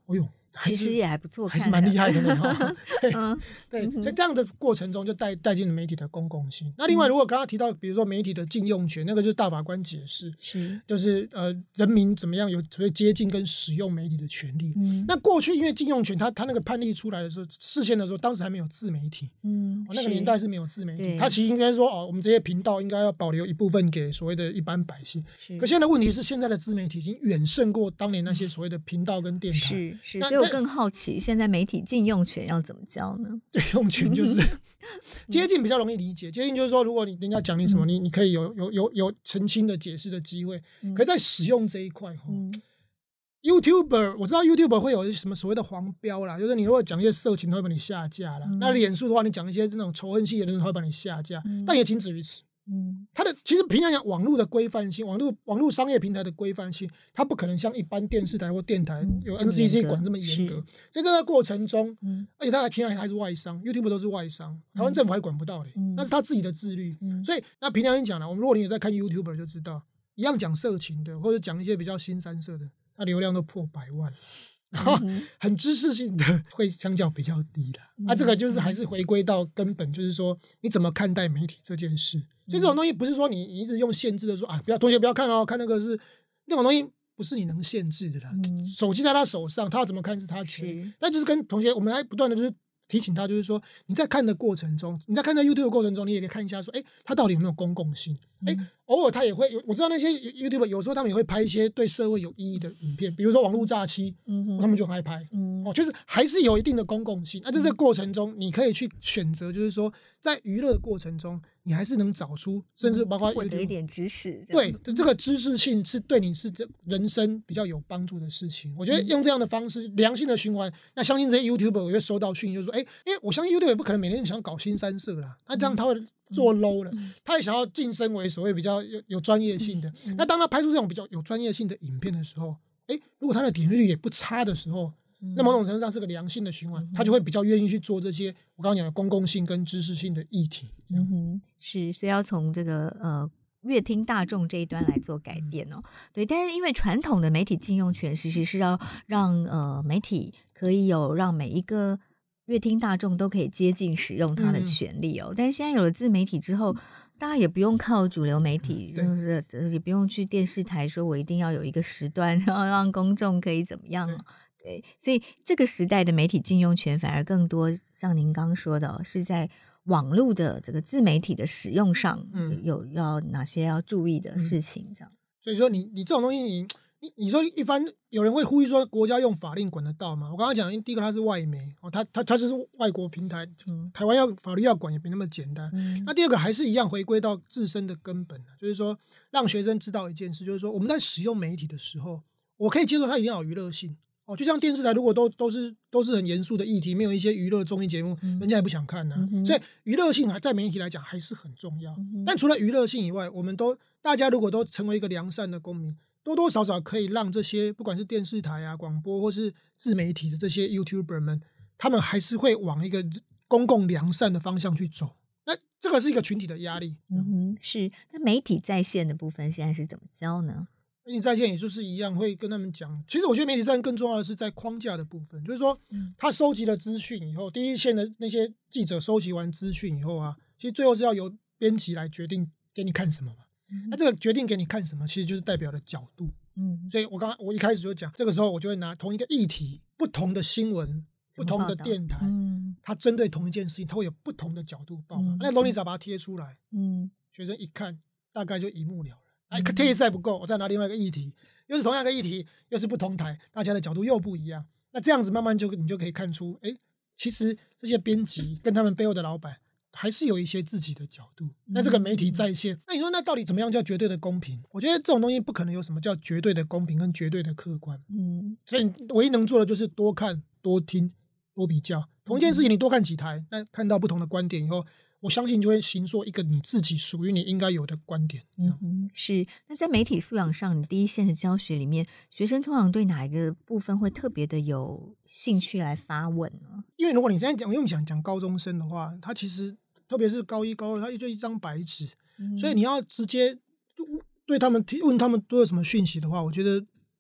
其实也还不错看， 还是蛮厉害的哈。对、 嗯、 对，所以这样的过程中就带带进了媒体的公共性。那另外，如果刚刚提到，比如说媒体的禁用权，那个就是大法官解释， 是就是呃人民怎么样有所谓接近跟使用媒体的权利。嗯，那过去因为禁用权，他他那个判例出来的时候，释宪的时候，当时还没有自媒体，嗯、哦，那个年代是没有自媒体，他其实应该说哦，我们这些频道应该要保留一部分给所谓的一般百姓。可现在的问题是，现在的自媒体已经远胜过当年那些所谓的频道跟电台。 是是，所以我更好奇，现在媒体禁用权要怎么教呢？ 对，用权就是接近比较容易理解，接近就是说，如果你人家讲你什么，嗯、你你可以有有有有澄清的解释的机会。嗯、可是在使用这一块，嗯、YouTuber 我知道 YouTuber 会有什么所谓的黄标啦，就是你如果讲一些色情，他会把你下架啦。嗯、那脸书的话，你讲一些那种仇恨系的人，他会把你下架，嗯、但也仅止于此。嗯，它的其实平常讲网络的规范性，网络网络商业平台的规范性，它不可能像一般电视台或电台有 N C C 管这么严格。所以在这个过程中，嗯、而且它还平常还是外商 ，YouTube 都是外商，台湾政府还管不到嘞，嗯、那是他自己的自律。嗯、所以那平常心讲了，我们如果你有在看 YouTuber 就知道，一样讲色情的或者讲一些比较新三色的，它流量都破百万。然后很知识性的会相较比较低啦，嗯、啊，这个就是还是回归到根本，就是说你怎么看待媒体这件事。所以这种东西不是说你一直用限制的说啊，不要同学不要看哦，看那个是那种东西不是你能限制的啦。嗯、手机在他手上，他要怎么看是他权。但就是跟同学，我们还不断的就是提醒他，就是说你在看的过程中，你在看在 YouTube 的过程中，你也可以看一下说，哎，他到底有没有公共性？哎、嗯，偶尔他也会有，我知道那些 YouTuber 有时候他们也会拍一些对社会有意义的影片，比如说网络诈欺，嗯、他们就很爱拍，嗯、哦，就是还是有一定的公共性。那、啊、在这个过程中，你可以去选择，就是说在娱乐的过程中，你还是能找出，甚至包括获得一点知识。 对，这个知识性是对你是人生比较有帮助的事情。我觉得用这样的方式，良性的循环，那相信这些 YouTuber 也会收到讯息，就是说，哎，因为我相信 YouTuber 也不可能每天想搞新三色啦，那这样他会做 low 了，嗯、他也想要晋升为所谓比较有有专业性的。嗯、那当他拍出这种比较有专业性的影片的时候，哎，如果他的点击率也不差的时候，嗯、那某种程度上是个良性的循环，嗯、他就会比较愿意去做这些我刚刚讲的公共性跟知识性的议题。 嗯哼，是，所以要从这个呃乐听大众这一端来做改变哦。对，但是因为传统的媒体禁用权其实是要让呃媒体可以有让每一个乐听大众都可以接近使用它的权利哦，嗯、但是现在有了自媒体之后，大家也不用靠主流媒体，嗯、就是也不用去电视台说我一定要有一个时段，然后让公众可以怎么样。嗯、对，所以这个时代的媒体禁用权反而更多，像您刚说的，哦，是在网络的这个自媒体的使用上，嗯、有要哪些要注意的事情，这样。 嗯、所以说你，你你这种东西你。你你说一般有人会呼吁说国家用法令管得到吗？我刚刚讲，第一个它是外媒哦，它它它就是外国平台，嗯、台湾要法律要管也没那么简单。嗯、那第二个还是一样回归到自身的根本，就是说让学生知道一件事，就是说我们在使用媒体的时候，我可以接受它一定要有娱乐性哦，就像电视台如果都都是都是很严肃的议题，没有一些娱乐综艺节目，嗯、人家也不想看呐，啊。嗯、所以娱乐性还在媒体来讲还是很重要。嗯、但除了娱乐性以外，我们都大家如果都成为一个良善的公民，多多少少可以让这些不管是电视台啊、广播或是自媒体的这些 YouTuber 们，他们还是会往一个公共良善的方向去走。那这个是一个群体的压力。 嗯哼，是。那媒体在线的部分现在是怎么教呢？ 媒体在线也就是一样，会跟他们讲。其实我觉得媒体在线更重要的是在框架的部分，就是说，他收集了资讯以后，第一线的那些记者收集完资讯以后啊，其实最后是要由编辑来决定给你看什么嘛。那这个决定给你看什么，其实就是代表的角度。嗯，所以我刚刚我一开始就讲，这个时候我就会拿同一个议题、不同的新闻、不同的电台，嗯，它针对同一件事情，它会有不同的角度报道。嗯、那东西只要把它贴出来，嗯，学生一看大概就一目了然。哎，贴一次还不够，我再拿另外一个议题，又是同样一个议题，又是不同台，大家的角度又不一样。那这样子慢慢就你就可以看出，哎，其实这些编辑跟他们背后的老板还是有一些自己的角度。那这个媒体在线，那你说那到底怎么样叫绝对的公平？我觉得这种东西不可能有什么叫绝对的公平跟绝对的客观。嗯，所以你唯一能做的就是多看、多听、多比较。同一件事情你多看几台，那看到不同的观点以后，我相信就会形塑一个你自己属于你应该有的观点。 嗯，是。那在媒体素养上，你第一线的教学里面，学生通常对哪一个部分会特别的有兴趣来发问呢？ 因为如果你现在讲，因为我们讲讲高中生的话，他其实特别是高一、高二，他就一张白纸，嗯、所以你要直接对他们提问他们都有什么讯息的话，我觉得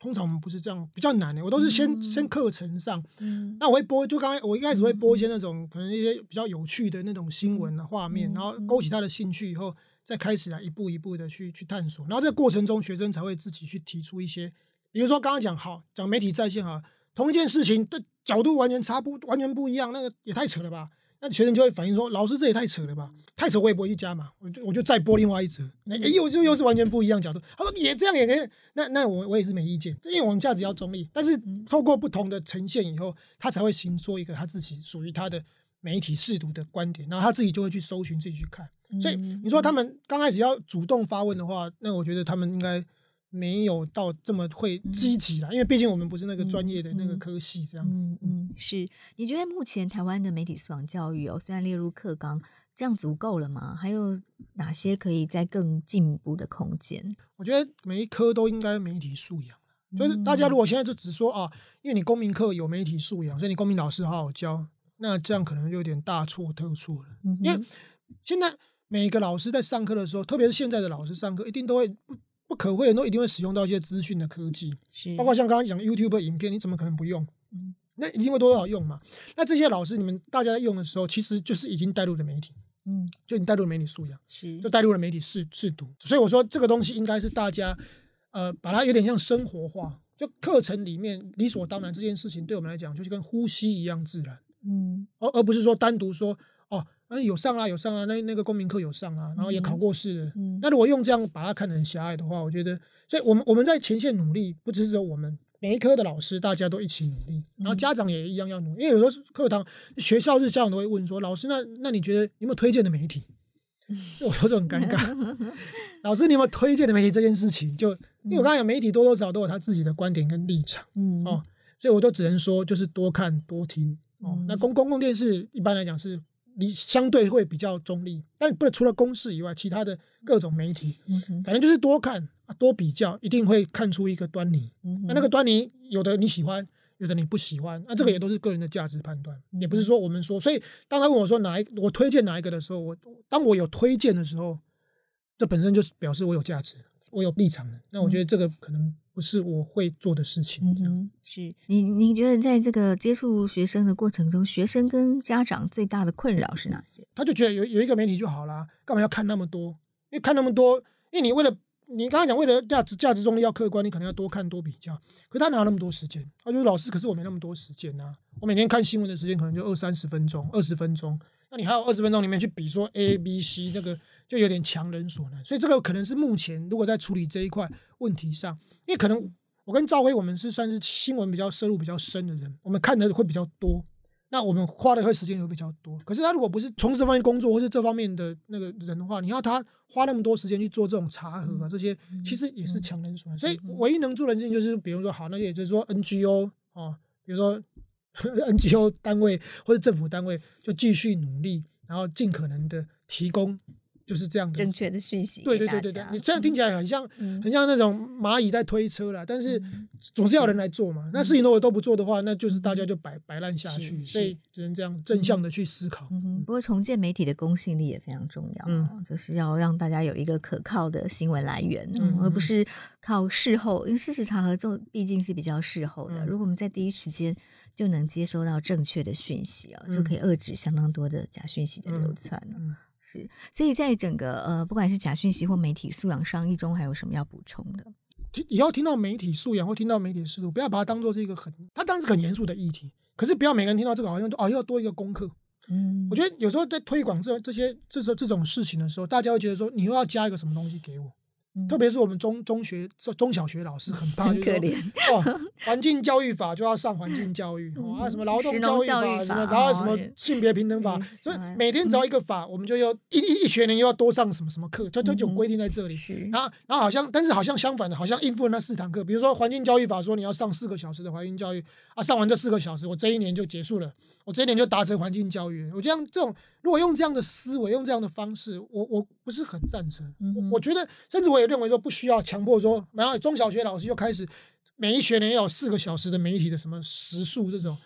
通常我们不是这样，比较难的。我都是先、嗯、先课程上， 嗯， 那我会播，就刚才我一开始会播一些那种、嗯、可能一些比较有趣的那种新闻的画面、嗯，然后勾起他的兴趣以后，再开始来一步一步的去去探索。然后这个过程中，学生才会自己去提出一些，比如说刚刚讲好讲媒体在线哈，同一件事情的角度完全差不完全不一样，那个也太扯了吧？那学生就会反映说，老师这也太扯了吧？太扯我也不会去加嘛，我就我就再播另外一则，哎、欸，又就又是完全不一样角度。他说也这样也可以，那那我我也是没意见，因为我们价值要中立。但是透过不同的呈现以后，他才会形塑一个他自己属于他的媒体视读的观点，然后他自己就会去搜寻，自己去看。所以你说他们刚开始要主动发问的话，那我觉得他们应该没有到这么会积极啦，因为毕竟我们不是那个专业的那个科系这样。 嗯嗯，是。你觉得目前台湾的媒体素养教育哦，虽然列入课纲，这样足够了吗？还有哪些可以再更进步的空间？ 我觉得每一科都应该媒体素养，就是大家如果现在就只说啊，因为你公民课有媒体素养，所以你公民老师好好教，那这样可能就有点大错特错了。嗯、因为现在每个老师在上课的时候，特别是现在的老师上课，一定都会不不可讳的都一定会使用到一些资讯的科技，是包括像刚刚讲 YouTube 的影片，你怎么可能不用？嗯，那一定会多少用嘛。那这些老师你们大家在用的时候，其实就是已经带入了媒体，嗯，就已经带入了媒体素养，是就带入了媒体视视读。所以我说这个东西应该是大家呃把它有点像生活化，就课程里面理所当然这件事情对我们来讲就是跟呼吸一样自然，嗯，而而不是说单独说哦。那有上啦，有上啦，那那个公民课有上啊，然后也考过试了。嗯，那如果用这样把它看得很狭隘的话，我觉得，所以我们我们在前线努力，不只是我们每一科的老师，大家都一起努力，然后家长也一样要努力。因为有时候课堂、学校是家长都会问说，老师，那那你觉得有没有推荐的媒体？我有时候很尴尬，老师你有没有推荐的媒体这件事情？就因为我刚才讲媒体多多少少都有他自己的观点跟立场，嗯哦，所以我都只能说就是多看多听哦。嗯、那公公共电视一般来讲是。你相对会比较中立，但不除了公视以外，其他的各种媒体，嗯、反正就是多看、多比较，一定会看出一个端倪。嗯、那那个端倪，有的你喜欢，有的你不喜欢，那这个也都是个人的价值判断，嗯、也不是说我们说。所以当他问我说哪一，我推荐哪一个的时候，我当我有推荐的时候，这本身就表示我有价值，我有立场的。那我觉得这个可能不是我会做的事情。这样、嗯、 是你你觉得在这个接触学生的过程中，学生跟家长最大的困扰是哪些？ 他就觉得有有一个媒体就好啦，干嘛要看那么多？因为看那么多，因为你为了你刚才讲为了价值价值中立要客观，你可能要多看多比较。可是他哪有那么多时间？他就说老师，可是我没那么多时间啊，我每天看新闻的时间可能就二三十分钟、二十分钟。那你还有二十分钟里面去比说 A、B、C， 那个就有点强人所难。所以这个可能是目前如果在处理这一块问题上，因为可能我跟兆辉我们是算是新闻比较摄入比较深的人，我们看的会比较多，那我们花的会时间也会比较多。可是他如果不是从事这方面工作或是这方面的那个人的话，你要他花那么多时间去做这种查核啊，这些其实也是强人所难。所以唯一能做的事情就是，比如说好，那也就是说 N G O 啊，比如说。N G O 单位或者政府单位就继续努力，然后尽可能的提供就是这样的正确的讯息。 对对对对对，你虽然听起来很像、嗯、很像那种蚂蚁在推车啦，但是总是要有人来做嘛。嗯、那事情如果都不做的话，那就是大家就摆摆烂下去，所以只能这样正向的去思考。 嗯嗯、不过重建媒体的公信力也非常重要、哦嗯，就是要让大家有一个可靠的新闻来源、哦嗯，而不是靠事后，因为事实查核这毕竟是比较事后的。嗯、如果我们在第一时间就能接收到正确的讯息啊、哦，就可以遏制相当多的假讯息的流窜了、哦。嗯嗯是，所以在整个呃，不管是假讯息或媒体素养上，一中还有什么要补充的？ 以后听到媒体素养或听到媒体视读，不要把它当作是一个很，它当然是很严肃的议题，可是不要每个人听到这个好像哦要多一个功课。嗯，我觉得有时候在推广这这些这这种事情的时候，大家会觉得说你又要加一个什么东西给我。嗯、特别是我们中中学中小学老师很怕， 很可怜哦，环境教育法就要上环境教育，哦、啊什么劳动教育法，育法什么，然后什么性别平等法，哦、所以每天只要一个法，嗯、我们就要一一一学年又要多上什么什么课，就就有规定在这里。嗯、然后然后好像，但是好像相反的，好像应付了那四堂课，比如说环境教育法说你要上四个小时的环境教育啊，上完这四个小时，我这一年就结束了。我这一年就达成环境教育，我这样这种如果用这样的思维，用这样的方式，我我不是很赞成。嗯、我, 我觉得，甚至我也认为说，不需要强迫说，然后中小学老师又开始每一学年要有四个小时的媒体的什么时数这种，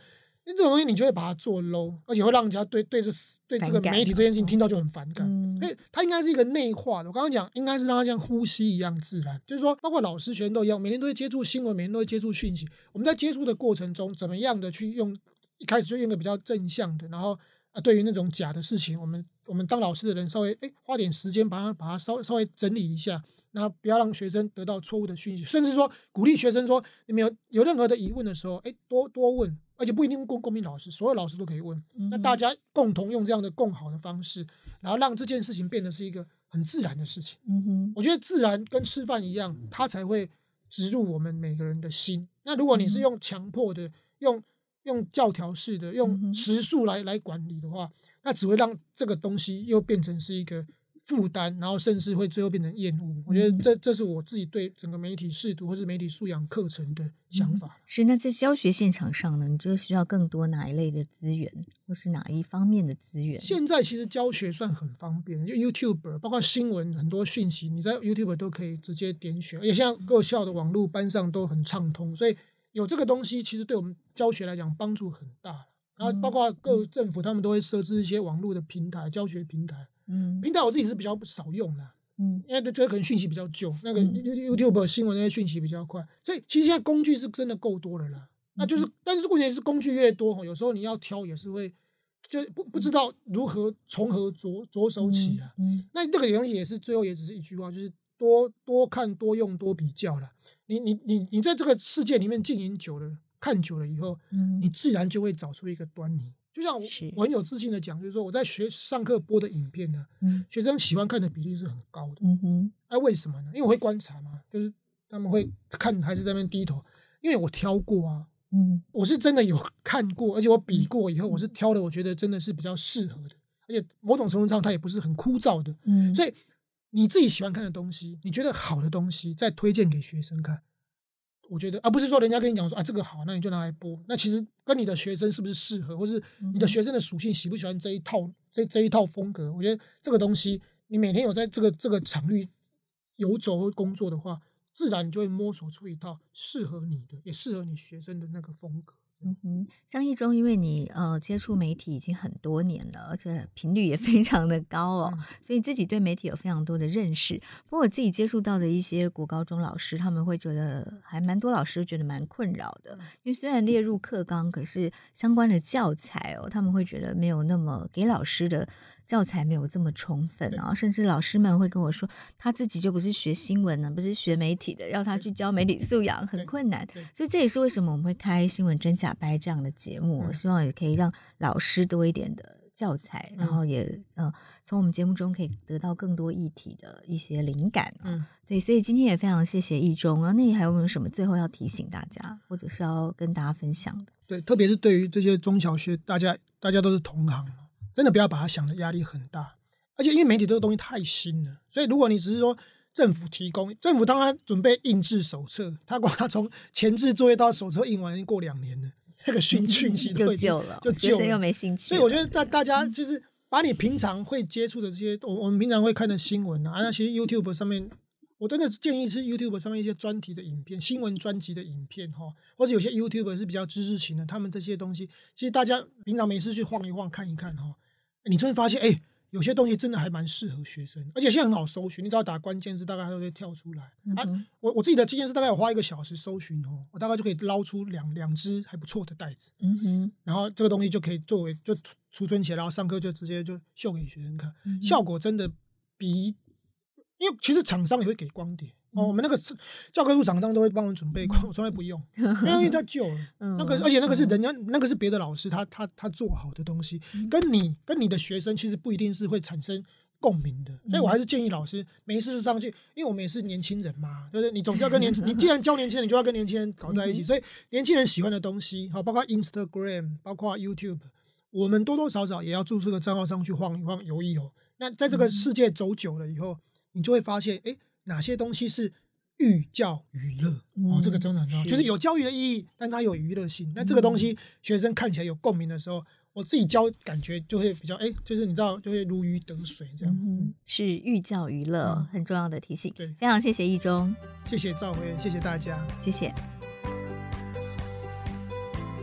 因为这种东西你就会把它做 low， 而且会让人家对对这对这个媒体这件事情听到就很反感。所以它应该是一个内化的。我刚刚讲，应该是让它像呼吸一样自然。就是说，包括老师、学生都一样，每天都会接触新闻，每天都会接触讯息。我们在接触的过程中，怎么样的去用，一开始就用个比较正向的，然后啊，对于那种假的事情，我们我们当老师的人稍微哎花点时间把它把它稍稍微整理一下。然后不要让学生得到错误的讯息，甚至说鼓励学生说，你们有有任何的疑问的时候，哎，多多问，而且不一定问公民老师，所有老师都可以问。嗯、那大家共同用这样的共好的方式，然后让这件事情变得是一个很自然的事情。嗯哼，我觉得自然跟吃饭一样，它才会植入我们每个人的心。那如果你是用强迫的、用用教条式的、用时数来来管理的话，那只会让这个东西又变成是一个负担，然后甚至会最后变成厌恶。我觉得这这是我自己对整个媒体识读或是媒体素养课程的想法。 嗯、是那在教学现场上呢，你就需要更多哪一类的资源，或是哪一方面的资源？ 现在其实教学算很方便，就 YouTube 包括新闻很多讯息，你在 YouTube 都可以直接点选，而且现在各校的网络班上都很畅通，所以有这个东西其实对我们教学来讲帮助很大。然后包括各政府他们都会设置一些网络的平台、教学平台。嗯，平台我自己是比较少用的，嗯，因为这可能讯息比较旧，那个 YouTube 新闻那些讯息比较快，所以其实现在工具是真的够多了啦。那就是，但是问题是工具越多，有时候你要挑也是会，就不不知道如何从何着着手起啊。嗯，那这个东西也是最后也只是一句话，就是多多看、多用、多比较啦。你你你你在这个世界里面经营久了、看久了以后，嗯，你自然就会找出一个端倪。就像 我, 我很有自信的讲，就是说我在学上课播的影片呢，嗯、学生喜欢看的比例是很高的。嗯哼，哎、啊，为什么呢？因为我会观察嘛，就是他们会看孩子在那边低头，因为我挑过啊，嗯，我是真的有看过，而且我比过以后，我是挑的，我觉得真的是比较适合的，而且某种程度上它也不是很枯燥的。嗯，所以你自己喜欢看的东西，你觉得好的东西，再推荐给学生看。我觉得，而、啊、不是说人家跟你讲说啊这个好，那你就拿来播。那其实跟你的学生是不是适合，或是你的学生的属性喜不喜欢这一套这这一套风格？我觉得这个东西，你每天有在这个这个场域游走或工作的话，自然你就会摸索出一套适合你的，也适合你学生的那个风格。 嗯哼，像一中，因为你呃接触媒体已经很多年了，而且频率也非常的高哦，嗯、所以自己对媒体有非常多的认识。不过我自己接触到的一些国高中老师，他们会觉得还蛮多老师觉得蛮困扰的，因为虽然列入课纲，可是相关的教材哦，他们会觉得没有那么给老师的教材没有这么充分啊，甚至老师们会跟我说，他自己就不是学新闻呢，不是学媒体的，要他去教媒体素养很困难。所以这也是为什么我们会开新闻真假掰这样的节目，我希望也可以让老师多一点的教材，然后也呃从我们节目中可以得到更多议题的一些灵感。嗯，对，所以今天也非常谢谢一中啊。那你还有没有什么最后要提醒大家，或者是要跟大家分享的？ 对，特别是对于这些中小学，大家大家都是同行。真的不要把它想的压力很大，而且因为媒体这个东西太新了，所以如果你只是说政府提供，政府当他准备印制手册，他光他从前置作业到手册印完已经过两年了，那个讯讯息都就旧了， 就学生又没兴趣。 所以我觉得大大家就是把你平常会接触的这些，我我们平常会看的新闻啊，那其实 YouTube 上面，我真的建议是 YouTube 上面一些专题的影片，新闻专辑的影片哈，或者有些 YouTuber 是比较知识型的，他们这些东西，其实大家平常没事去晃一晃看一看哈。你就会发现，哎、欸，有些东西真的还蛮适合学生，而且现在很好搜寻，你只要打关键字，大概它就会跳出来。嗯、啊，我我自己的经验是，大概我花一个小时搜寻哦，我大概就可以捞出两两只还不错的袋子。嗯哼，然后这个东西就可以作为就储存起来，然后上课就直接就秀给学生看，嗯、效果真的比，因为其实厂商也会给光碟。哦，我们那个教科书厂商都会帮我们准备过，我从来不用，因为它旧了。嗯、那个，而且那个是人家，嗯、那个是别的老师他他他做好的东西，嗯、跟你跟你的学生其实不一定是会产生共鸣的。所以我还是建议老师没事上去，因为我们也是年轻人嘛，就是你总是要跟年，你既然教年轻人，你就要跟年轻人搞在一起。所以年轻人喜欢的东西，好，包括 Instagram， 包括 YouTube， 我们多多少少也要注册个账号上去晃一晃、游一游。那在这个世界走久了以后，你就会发现，哎。哪些东西是寓教于乐？哦，这个真的很重要，就是有教育的意义，但它有娱乐性。那这个东西学生看起来有共鸣的时候，我自己教感觉就会比较哎，就是你知道就会如鱼得水这样。 嗯，是寓教于乐，嗯、很重要的提醒。 对， 非常谢谢一中， 谢谢兆辉，谢谢大家， 谢谢。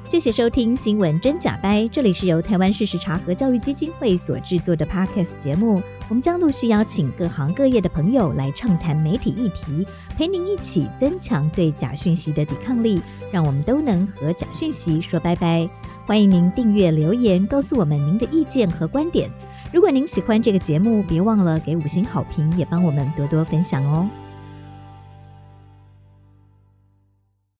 谢谢收听新闻真假掰，这里是由台湾事实查核教育基金会所制作的 Podcast 节目，我们将陆续邀请各行各业的朋友来畅谈媒体议题，陪您一起增强对假讯息的抵抗力，让我们都能和假讯息说拜拜。欢迎您订阅留言告诉我们您的意见和观点，如果您喜欢这个节目，别忘了给五星好评，也帮我们多多分享哦。